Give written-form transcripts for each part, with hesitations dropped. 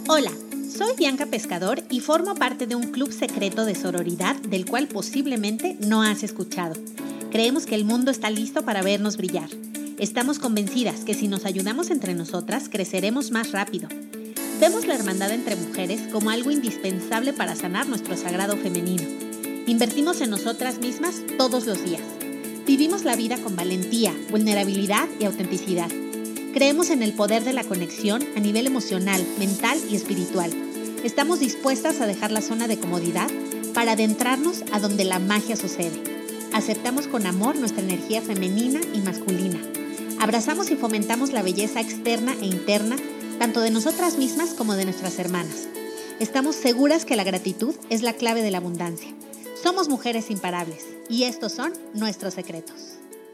Hola, soy Bianca Pescador y formo parte de un club secreto de sororidad del cual posiblemente no has escuchado. Creemos que el mundo está listo para vernos brillar. Estamos convencidas que si nos ayudamos entre nosotras, creceremos más rápido. Vemos la hermandad entre mujeres como algo indispensable para sanar nuestro sagrado femenino. Invertimos en nosotras mismas todos los días. Vivimos la vida con valentía, vulnerabilidad y autenticidad. Creemos en el poder de la conexión a nivel emocional, mental y espiritual. Estamos dispuestas a dejar la zona de comodidad para adentrarnos a donde la magia sucede. Aceptamos con amor nuestra energía femenina y masculina. Abrazamos y fomentamos la belleza externa e interna, tanto de nosotras mismas como de nuestras hermanas. Estamos seguras que la gratitud es la clave de la abundancia. Somos mujeres imparables y estos son nuestros secretos.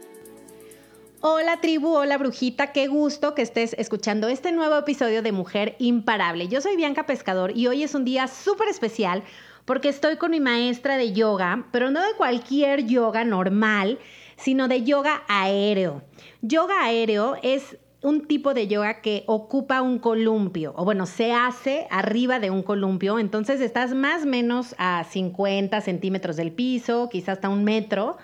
Hola tribu, hola brujita, qué gusto que estés escuchando este nuevo episodio de Mujer Imparable. Yo soy Bianca Pescador y hoy es un día súper especial porque estoy con mi maestra de yoga, pero no de cualquier yoga normal, sino de yoga aéreo. Yoga aéreo es un tipo de yoga que ocupa un columpio, o bueno, se hace arriba de un columpio, entonces estás más o menos a 50 centímetros del piso, quizás hasta 1 metro.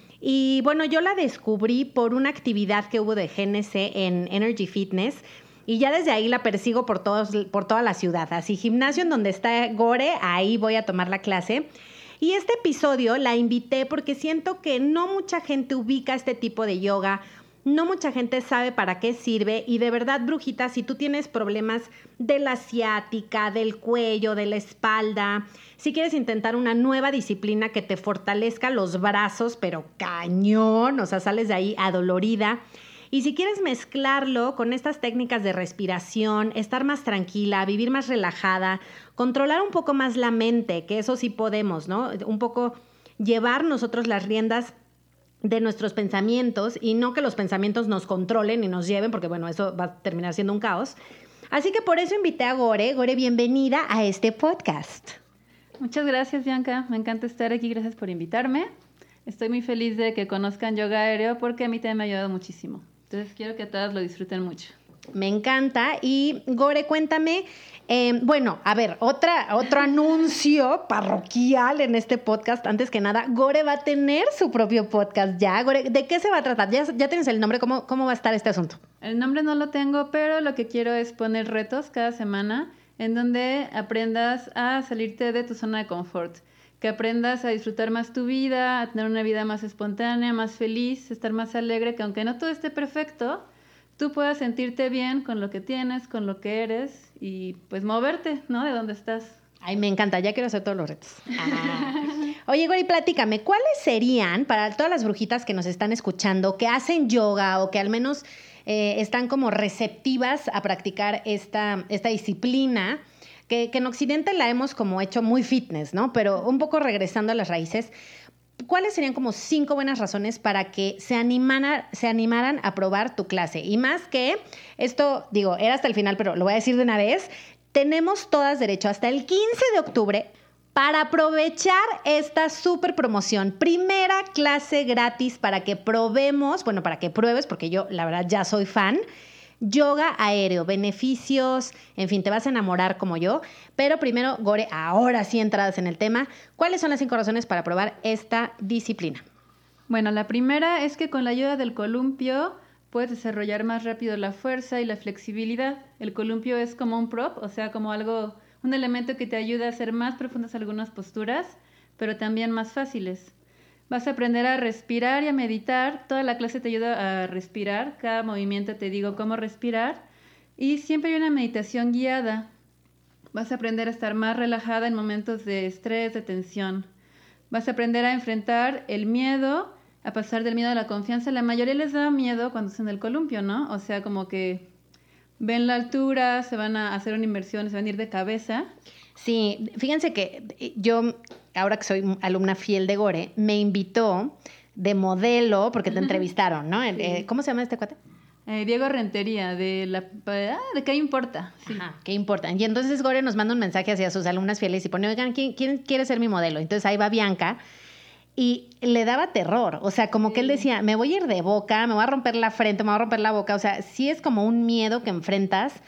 Y bueno, yo la descubrí por una actividad que hubo de GNC en Energy Fitness y ya desde ahí la persigo por toda la ciudad. Así, gimnasio en donde está Gore, ahí voy a tomar la clase. Y este episodio la invité porque siento que no mucha gente ubica este tipo de yoga, no mucha gente sabe para qué sirve y de verdad, brujita, si tú tienes problemas de la ciática, del cuello, de la espalda, si quieres intentar una nueva disciplina que te fortalezca los brazos, pero cañón, o sea, sales de ahí adolorida. Y si quieres mezclarlo con estas técnicas de respiración, estar más tranquila, vivir más relajada, controlar un poco más la mente, que eso sí podemos, ¿no? Un poco llevar nosotros las riendas de nuestros pensamientos y no que los pensamientos nos controlen y nos lleven, porque bueno, eso va a terminar siendo un caos. Así que por eso invité a Gore. Gore, bienvenida a este podcast. Muchas gracias, Bianca. Me encanta estar aquí. Gracias por invitarme. Estoy muy feliz de que conozcan yoga aéreo porque a mí también me ha ayudado muchísimo. Entonces quiero que todas lo disfruten mucho. Me encanta. Y Gore, cuéntame, bueno, a ver, otro anuncio parroquial en este podcast. Antes que nada, Gore va a tener su propio podcast ya. Gore, ¿de qué se va a tratar? ¿Ya tienes el nombre? ¿Cómo va a estar este asunto? El nombre no lo tengo, pero lo que quiero es poner retos cada semana en donde aprendas a salirte de tu zona de confort, que aprendas a disfrutar más tu vida, a tener una vida más espontánea, más feliz, estar más alegre, que aunque no todo esté perfecto, tú puedas sentirte bien con lo que tienes, con lo que eres y pues moverte, ¿no? De donde estás. Ay, me encanta, ya quiero hacer todos los retos. Oye, Gori, platícame, ¿cuáles serían para todas las brujitas que nos están escuchando, que hacen yoga o que al menos están como receptivas a practicar esta disciplina, que en Occidente la hemos como hecho muy fitness, ¿no? Pero un poco regresando a las raíces, ¿cuáles serían como 5 buenas razones para que se animaran a probar tu clase? Y más que esto, digo, era hasta el final, pero lo voy a decir de una vez, tenemos todas derecho hasta el 15 de octubre para aprovechar esta súper promoción. Primera clase gratis para que probemos, bueno, para que pruebes, porque yo la verdad ya soy fan. Yoga aéreo, beneficios, en fin, te vas a enamorar como yo. Pero primero, Gore, ahora sí entradas en el tema, ¿cuáles son las 5 razones para probar esta disciplina? Bueno, la primera es que con la ayuda del columpio puedes desarrollar más rápido la fuerza y la flexibilidad. El columpio es como un prop, o sea, como un elemento que te ayuda a hacer más profundas algunas posturas, pero también más fáciles. Vas a aprender a respirar y a meditar. Toda la clase te ayuda a respirar. Cada movimiento te digo cómo respirar. Y siempre hay una meditación guiada. Vas a aprender a estar más relajada en momentos de estrés, de tensión. Vas a aprender a enfrentar el miedo, a pasar del miedo a la confianza. La mayoría les da miedo cuando están en el columpio, ¿no? O sea, como que ven la altura, se van a hacer una inmersión, se van a ir de cabeza. Sí, fíjense que yo, ahora que soy alumna fiel de Gore, me invitó de modelo, porque te entrevistaron, ¿no? Sí. ¿Cómo se llama este cuate? Diego Rentería, de ¿qué importa? Sí. Ajá, ¿qué importa? Y entonces Gore nos manda un mensaje hacia sus alumnas fieles y pone, oigan, ¿quién quiere ser mi modelo? Entonces ahí va Bianca y le daba terror, o sea, como que él decía, me voy a ir de boca, me voy a romper la frente, me voy a romper la boca, o sea, sí es como un miedo que enfrentas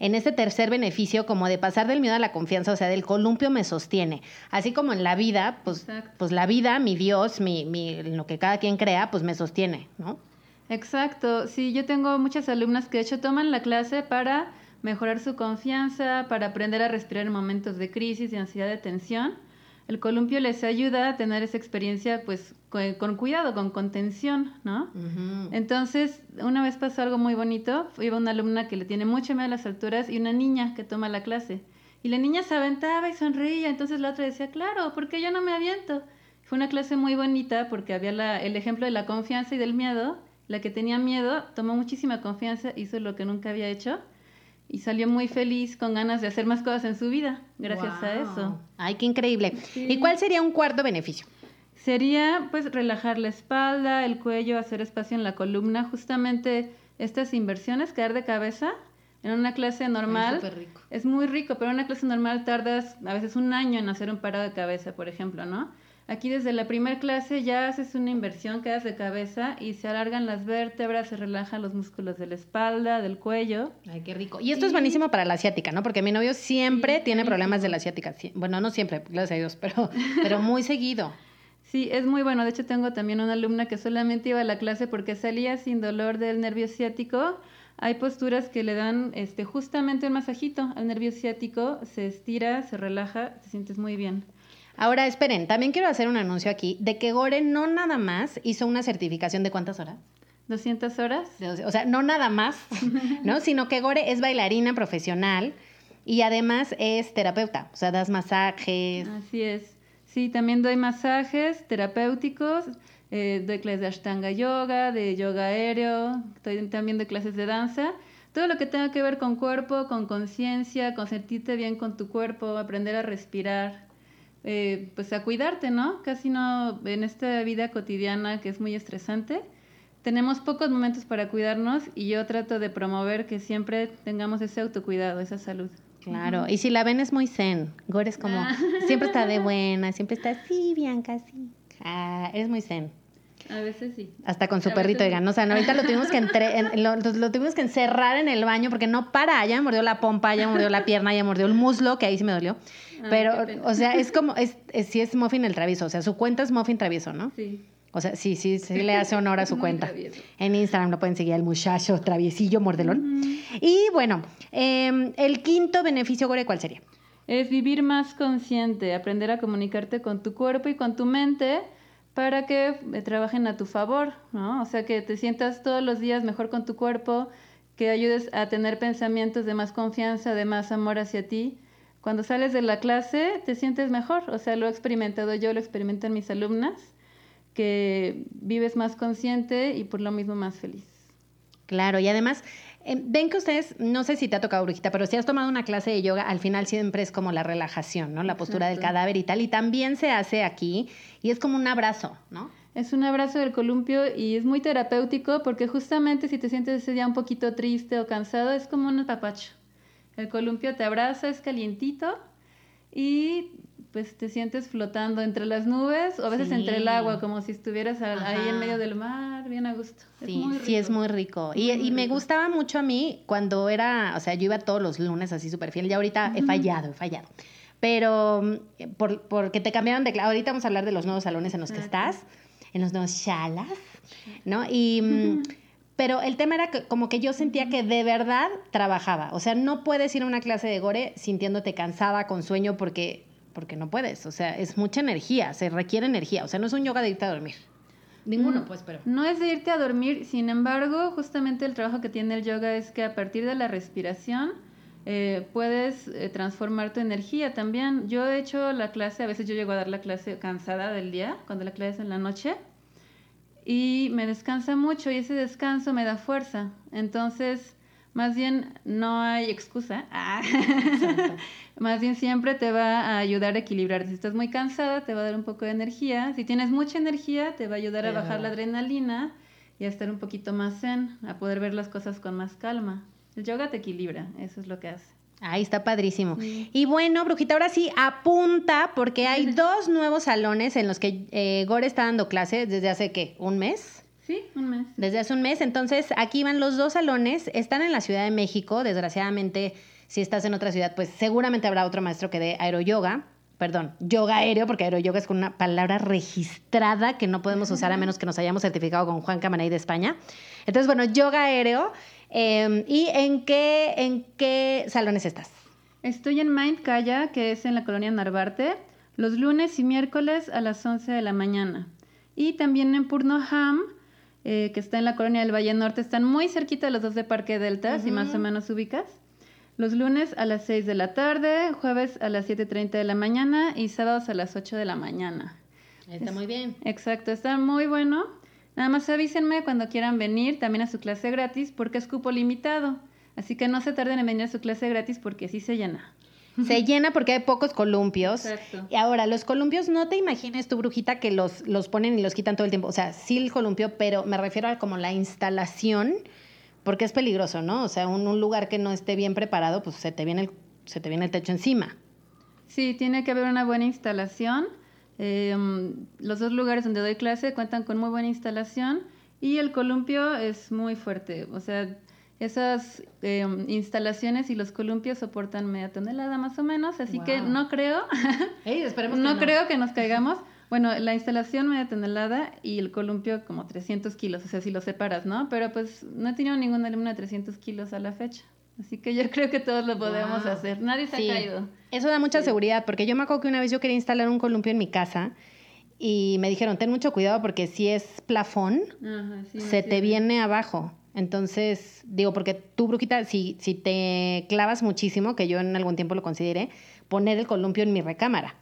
en este tercer beneficio, como de pasar del miedo a la confianza, o sea, del columpio me sostiene. Así como en la vida, pues la vida, mi Dios, lo que cada quien crea, pues me sostiene, ¿no? Exacto. Sí, yo tengo muchas alumnas que de hecho toman la clase para mejorar su confianza, para aprender a respirar en momentos de crisis, de ansiedad, de tensión. El columpio les ayuda a tener esa experiencia pues con cuidado, con contención, ¿no? Uh-huh. Entonces, una vez pasó algo muy bonito, iba una alumna que le tiene mucho miedo a las alturas y una niña que toma la clase. Y la niña se aventaba y sonreía, entonces la otra decía, claro, ¿por qué yo no me aviento? Fue una clase muy bonita porque había el ejemplo de la confianza y del miedo. La que tenía miedo tomó muchísima confianza, hizo lo que nunca había hecho. Y salió muy feliz, con ganas de hacer más cosas en su vida, gracias a eso. ¡Ay, qué increíble! Sí. ¿Y cuál sería un cuarto beneficio? Sería, pues, relajar la espalda, el cuello, hacer espacio en la columna. Justamente estas inversiones, caer de cabeza, en una clase normal... Es súper rico. Es muy rico, pero en una clase normal tardas a veces un año en hacer un parado de cabeza, por ejemplo, ¿no? Aquí desde la primera clase ya haces una inversión, quedas de cabeza y se alargan las vértebras, se relajan los músculos de la espalda, del cuello. Ay, qué rico. Y esto es buenísimo para la asiática, ¿no? Porque mi novio siempre tiene problemas de la asiática. Bueno, no siempre, gracias a Dios, pero muy seguido. Sí, es muy bueno. De hecho, tengo también una alumna que solamente iba a la clase porque salía sin dolor del nervio ciático. Hay posturas que le dan justamente un masajito al nervio ciático, se estira, se relaja, te sientes muy bien. Ahora, esperen, también quiero hacer un anuncio aquí de que Gore no nada más hizo una certificación de ¿cuántas horas? 200 horas. O sea, no nada más, ¿no? Sino que Gore es bailarina profesional y además es terapeuta, o sea, das masajes. Así es. Sí, también doy masajes terapéuticos, doy clases de Ashtanga Yoga, de yoga aéreo, también doy clases de danza. Todo lo que tenga que ver con cuerpo, con conciencia, con sentirte bien con tu cuerpo, aprender a respirar. Pues a cuidarte, ¿no? Casi no, en esta vida cotidiana que es muy estresante, tenemos pocos momentos para cuidarnos y yo trato de promover que siempre tengamos ese autocuidado, esa salud. Claro, y si la ven es muy zen. Gore es como, siempre está de buena, siempre está así, Bianca, así. Eres muy zen. A veces sí. Hasta con su perrito, oigan. O sea, no, ahorita lo tuvimos lo tuvimos que encerrar en el baño porque no para. Ya me mordió la pompa, ya me mordió la pierna, ya me mordió el muslo, que ahí sí me dolió. Pero, o sea, es como, sí es Muffin el travieso. O sea, su cuenta es Muffin travieso, ¿no? Sí. O sea, sí le hace honor a su cuenta. Travieso. En Instagram lo pueden seguir, el muchacho traviesillo mordelón. Uh-huh. Y bueno, el quinto beneficio, Gore, ¿cuál sería? Es vivir más consciente, aprender a comunicarte con tu cuerpo y con tu mente para que trabajen a tu favor, ¿no? O sea, que te sientas todos los días mejor con tu cuerpo, que ayudes a tener pensamientos de más confianza, de más amor hacia ti. Cuando sales de la clase te sientes mejor, o sea, lo he experimentado yo, lo experimentan mis alumnas, que vives más consciente y por lo mismo más feliz. Claro, y además, ven que ustedes, no sé si te ha tocado, Brujita, pero si has tomado una clase de yoga, al final siempre es como la relajación, ¿no? La postura del cadáver y tal, y también se hace aquí, y es como un abrazo, ¿no? Es un abrazo del columpio y es muy terapéutico porque justamente si te sientes ese día un poquito triste o cansado, es como un apapacho. El columpio te abraza, es calientito y pues te sientes flotando entre las nubes o a veces entre el agua, como si estuvieras ahí en medio del mar, bien a gusto. Sí, es muy rico. Y me gustaba mucho a mí cuando era, o sea, yo iba todos los lunes así súper fiel, y ahorita he fallado. Pero porque te cambiaron de... Ahorita vamos a hablar de los nuevos salones en los que estás, en los nuevos shalas, ¿no? Y... Pero el tema era que como que yo sentía que de verdad trabajaba. O sea, no puedes ir a una clase de Gore sintiéndote cansada, con sueño, porque no puedes. O sea, es mucha energía, se requiere energía. O sea, no es un yoga de irte a dormir. Ninguno, pues, pero... No es de irte a dormir, sin embargo, justamente el trabajo que tiene el yoga es que a partir de la respiración puedes transformar tu energía también. Yo he hecho la clase, a veces yo llego a dar la clase cansada del día, cuando la clase es en la noche, y me descansa mucho y ese descanso me da fuerza. Entonces, más bien no hay excusa. Más bien siempre te va a ayudar a equilibrarte. Si estás muy cansada, te va a dar un poco de energía. Si tienes mucha energía, te va a ayudar a bajar la adrenalina y a estar un poquito más zen, a poder ver las cosas con más calma. El yoga te equilibra, eso es lo que hace. Ahí está padrísimo. Sí. Y bueno, Brujita, ahora sí, apunta, porque hay 2 nuevos salones en los que Gore está dando clase desde hace, ¿qué? ¿Un mes? Sí, un mes. Desde hace un mes. Entonces, aquí van los 2 salones. Están en la Ciudad de México. Desgraciadamente, Si estás en otra ciudad, pues seguramente habrá otro maestro que dé aeroyoga. Perdón, yoga aéreo, porque aeroyoga es con una palabra registrada que no podemos usar a menos que nos hayamos certificado con Juan Camaney de España. Entonces, bueno, yoga aéreo. ¿Y en qué salones estás? Estoy en Mind Kaya, que es en la colonia Narvarte, los lunes y miércoles a las 11 de la mañana. Y también en Purnaham, que está en la colonia del Valle Norte, están muy cerquita los dos de Parque Delta, si más o menos ubicas. Los lunes a las 6 de la tarde, jueves a las 7:30 de la mañana y sábados a las 8 de la mañana. Está muy bien. Exacto, está muy bueno. Nada más avísenme cuando quieran venir también a su clase gratis porque es cupo limitado. Así que no se tarden en venir a su clase gratis porque sí se llena. Se llena porque hay pocos columpios. Exacto. Y ahora, los columpios, no te imagines tu brujita que los ponen y los quitan todo el tiempo. O sea, sí el columpio, pero me refiero a como la instalación, porque es peligroso, ¿no? O sea, un lugar que no esté bien preparado, pues se te viene el techo encima. Sí, tiene que haber una buena instalación. Los dos lugares donde doy clase cuentan con muy buena instalación y el columpio es muy fuerte. O sea, esas instalaciones y los columpios soportan media tonelada más o menos, así que no creo, Esperemos no creo que nos caigamos. Bueno, la instalación media tonelada y el columpio como 300 kilos, o sea, si lo separas, ¿no? Pero pues no he tenido ningún alumno de 300 kilos a la fecha. Así que yo creo que todos lo podemos hacer. Nadie se ha caído. Eso da mucha seguridad, porque yo me acuerdo que una vez yo quería instalar un columpio en mi casa y me dijeron, ten mucho cuidado porque si es plafón, se te viene abajo. Entonces, digo, porque tú, brujita, si te clavas muchísimo, que yo en algún tiempo lo consideré, poner el columpio en mi recámara.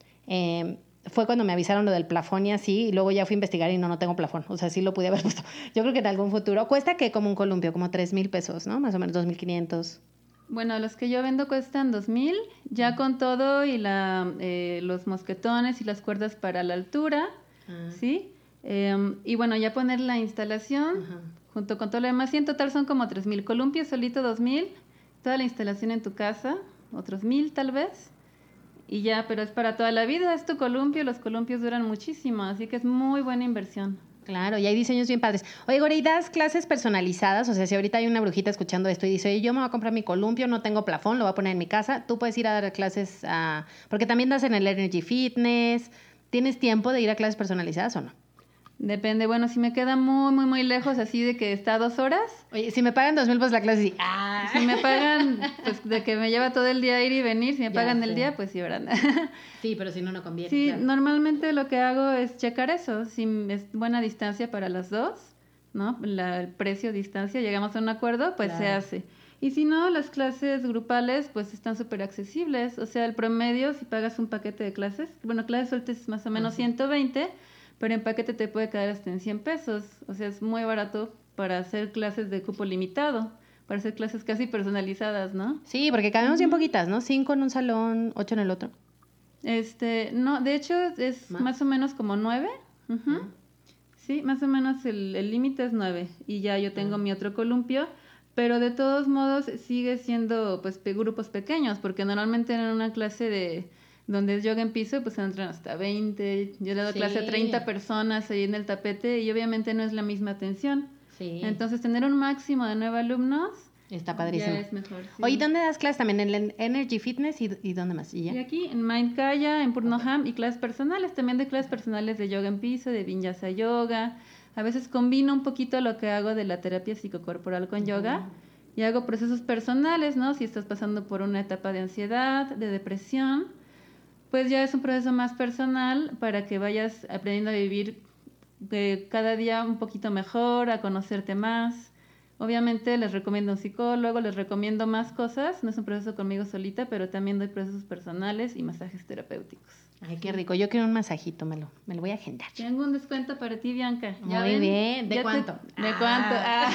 Fue cuando me avisaron lo del plafón y así, y luego ya fui a investigar y no tengo plafón. O sea, sí lo pude haber puesto. Yo creo que en algún futuro. ¿Cuesta qué como un columpio? Como 3,000 pesos, ¿no? Más o menos 2,500. Bueno, los que yo vendo cuestan 2,000, ya con todo y los mosquetones y las cuerdas para la altura, ¿sí? Y bueno, ya poner la instalación junto con todo lo demás. Y en total son como 3,000. Columpio solito 2,000, toda la instalación en tu casa, otros 1,000 tal vez. Y ya, pero es para toda la vida, es tu columpio, los columpios duran muchísimo, así que es muy buena inversión. Claro, y hay diseños bien padres. Oye, Gore, ¿y das clases personalizadas? O sea, si ahorita hay una brujita escuchando esto y dice, oye, yo me voy a comprar mi columpio, no tengo plafón, lo voy a poner en mi casa, tú puedes ir a dar clases porque también das en el Energy Fitness. ¿Tienes tiempo de ir a clases personalizadas o no? Depende, bueno, si me queda muy, muy, muy lejos, así de que está 2 horas. Oye, si me pagan 2,000, pues la clase sí. Si me pagan, pues de que me lleva todo el día ir y venir, si me pagan el día, pues sí, ¿verdad? Sí, pero si no, no conviene. Sí, claro. Normalmente lo que hago es checar eso, si es buena distancia para las dos, ¿no? El precio, distancia, llegamos a un acuerdo, pues se hace. Y si no, las clases grupales, pues están súper accesibles. O sea, el promedio, si pagas un paquete de clases, bueno, clases sueltas es más o menos 120, pero en paquete te puede quedar hasta en 100 pesos. O sea, es muy barato para hacer clases de cupo limitado, para hacer clases casi personalizadas, ¿no? Sí, porque cabemos bien poquitas, ¿no? 5 en un salón, 8 en el otro. No, de hecho es más o menos como 9. Sí, más o menos el límite es 9. Y ya yo tengo mi otro columpio, pero de todos modos sigue siendo pues grupos pequeños, porque normalmente en una clase donde es yoga en piso, pues entran hasta 20. Yo le doy clase a 30 personas ahí en el tapete y obviamente no es la misma atención. Sí. Entonces, tener un máximo de 9 alumnos está padrísimo. Ya es mejor. Sí. Oye, ¿dónde das clases también? ¿En el Energy Fitness y dónde más? ¿Y aquí en Mind Kaya, en Purnaham, y clases personales. También de clases personales de yoga en piso, de Vinyasa Yoga. A veces combino un poquito lo que hago de la terapia psicocorporal con yoga y hago procesos personales, ¿no? Si estás pasando por una etapa de ansiedad, de depresión, pues ya es un proceso más personal para que vayas aprendiendo a vivir cada día un poquito mejor, a conocerte más. Obviamente les recomiendo un psicólogo, les recomiendo más cosas. No es un proceso conmigo solita, pero también doy procesos personales y masajes terapéuticos. Ay, qué rico. Yo quiero un masajito, me lo voy a agendar. Tengo un descuento para ti, Bianca. Muy bien. ¿De cuánto? ¿De cuánto?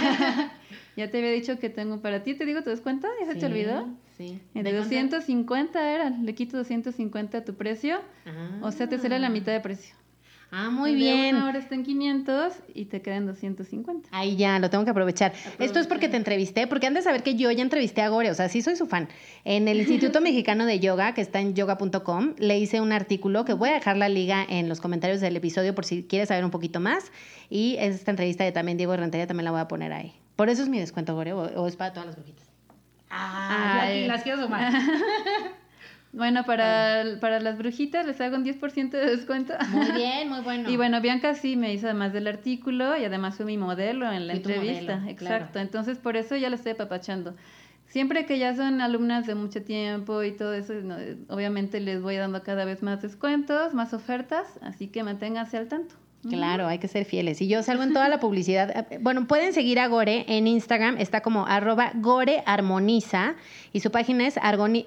Ya te había dicho que tengo para ti. ¿Te digo tu descuento? ¿Ya se te olvidó? Sí. De 250 era. Le quito 250 a tu precio. O sea, te sale la mitad de precio. Muy bien. Ahora está en 500 y te quedan 250. Ahí ya, lo tengo que aprovechar. Esto es porque te entrevisté, porque han de saber que yo ya entrevisté a Gore, o sea, sí soy su fan. En el Instituto Mexicano de Yoga, que está en yoga.com, le hice un artículo que voy a dejar la liga en los comentarios del episodio por si quieres saber un poquito más. Y esta entrevista de también Diego Rentería también la voy a poner ahí. Por eso es mi descuento, Gore, o es para todas las brujitas. Aquí las quiero sumar. Bueno, para las brujitas les hago un 10% de descuento. Muy bien, muy bueno. Y bueno, Bianca sí me hizo además del artículo y además fue mi modelo en la entrevista. Modelo, exacto. Claro. Entonces, por eso ya la estoy apapachando. Siempre que ya son alumnas de mucho tiempo y todo eso, no, obviamente les voy dando cada vez más descuentos, más ofertas, así que manténganse al tanto. Claro, hay que ser fieles. Y yo salgo en toda la publicidad. Bueno, pueden seguir a Gore en Instagram, está como @GoreArmoniza y su página es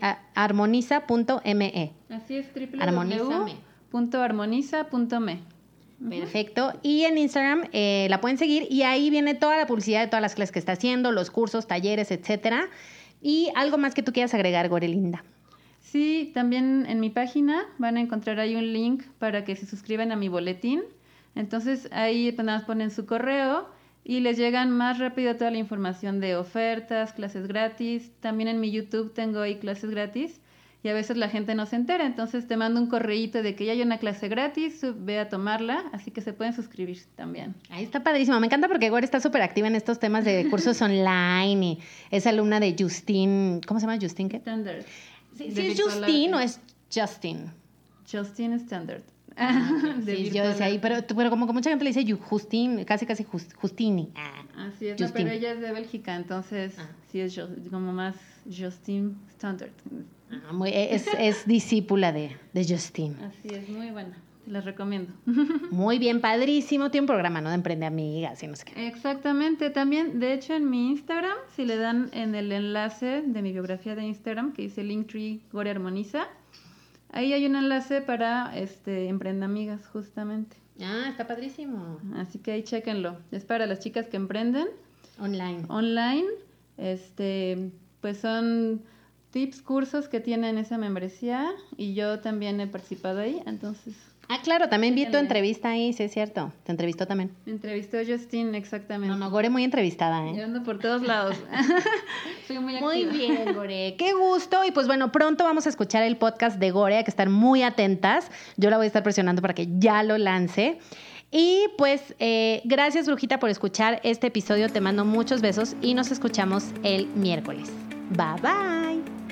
armoniza.me. Así es, www.armoniza.me. Perfecto. Y en Instagram la pueden seguir y ahí viene toda la publicidad de todas las clases que está haciendo, los cursos, talleres, etcétera. Y algo más que tú quieras agregar, Gore Linda. Sí, también en mi página van a encontrar ahí un link para que se suscriban a mi boletín. Entonces ahí pues nada más ponen su correo y les llegan más rápido toda la información de ofertas, clases gratis. También en mi YouTube tengo ahí clases gratis y a veces la gente no se entera. Entonces te mando un correíto de que ya hay una clase gratis, ve a tomarla, así que se pueden suscribir también. Ahí está padrísimo. Me encanta porque Gore está súper activa en estos temas de cursos online y es alumna de Justin. ¿Cómo se llama? ¿Justin qué? Standard. ¿Sí es Justin o es Justin? Justin Standard. Sí, yo decía ahí, pero como que mucha gente le dice Justin, casi Justini. Así es, no, pero ella es de Bélgica, entonces sí es como más Justin Standard. Es discípula de Justin. Así es, muy buena, te la recomiendo. Muy bien, padrísimo. Tiene un programa, ¿no? De Emprende Amigas y no sé qué. Exactamente, también, de hecho en mi Instagram, si le dan en el enlace de mi biografía de Instagram, que dice Linktree Gore Armoniza, ahí hay un enlace para Emprende Amigas, justamente. Está padrísimo. Así que ahí chéquenlo. Es para las chicas que emprenden. Online. Pues son tips, cursos que tienen esa membresía y yo también he participado ahí, entonces... Claro, también vi tu entrevista ahí, sí es cierto. Te entrevistó también. Me entrevistó Justin, exactamente. No, Gore muy entrevistada, Yo ando por todos lados. Soy muy activa. Muy bien, Gore. Qué gusto. Y pues bueno, pronto vamos a escuchar el podcast de Gore, hay que estar muy atentas. Yo la voy a estar presionando para que ya lo lance. Y pues gracias, Brujita, por escuchar este episodio. Te mando muchos besos y nos escuchamos el miércoles. Bye, bye.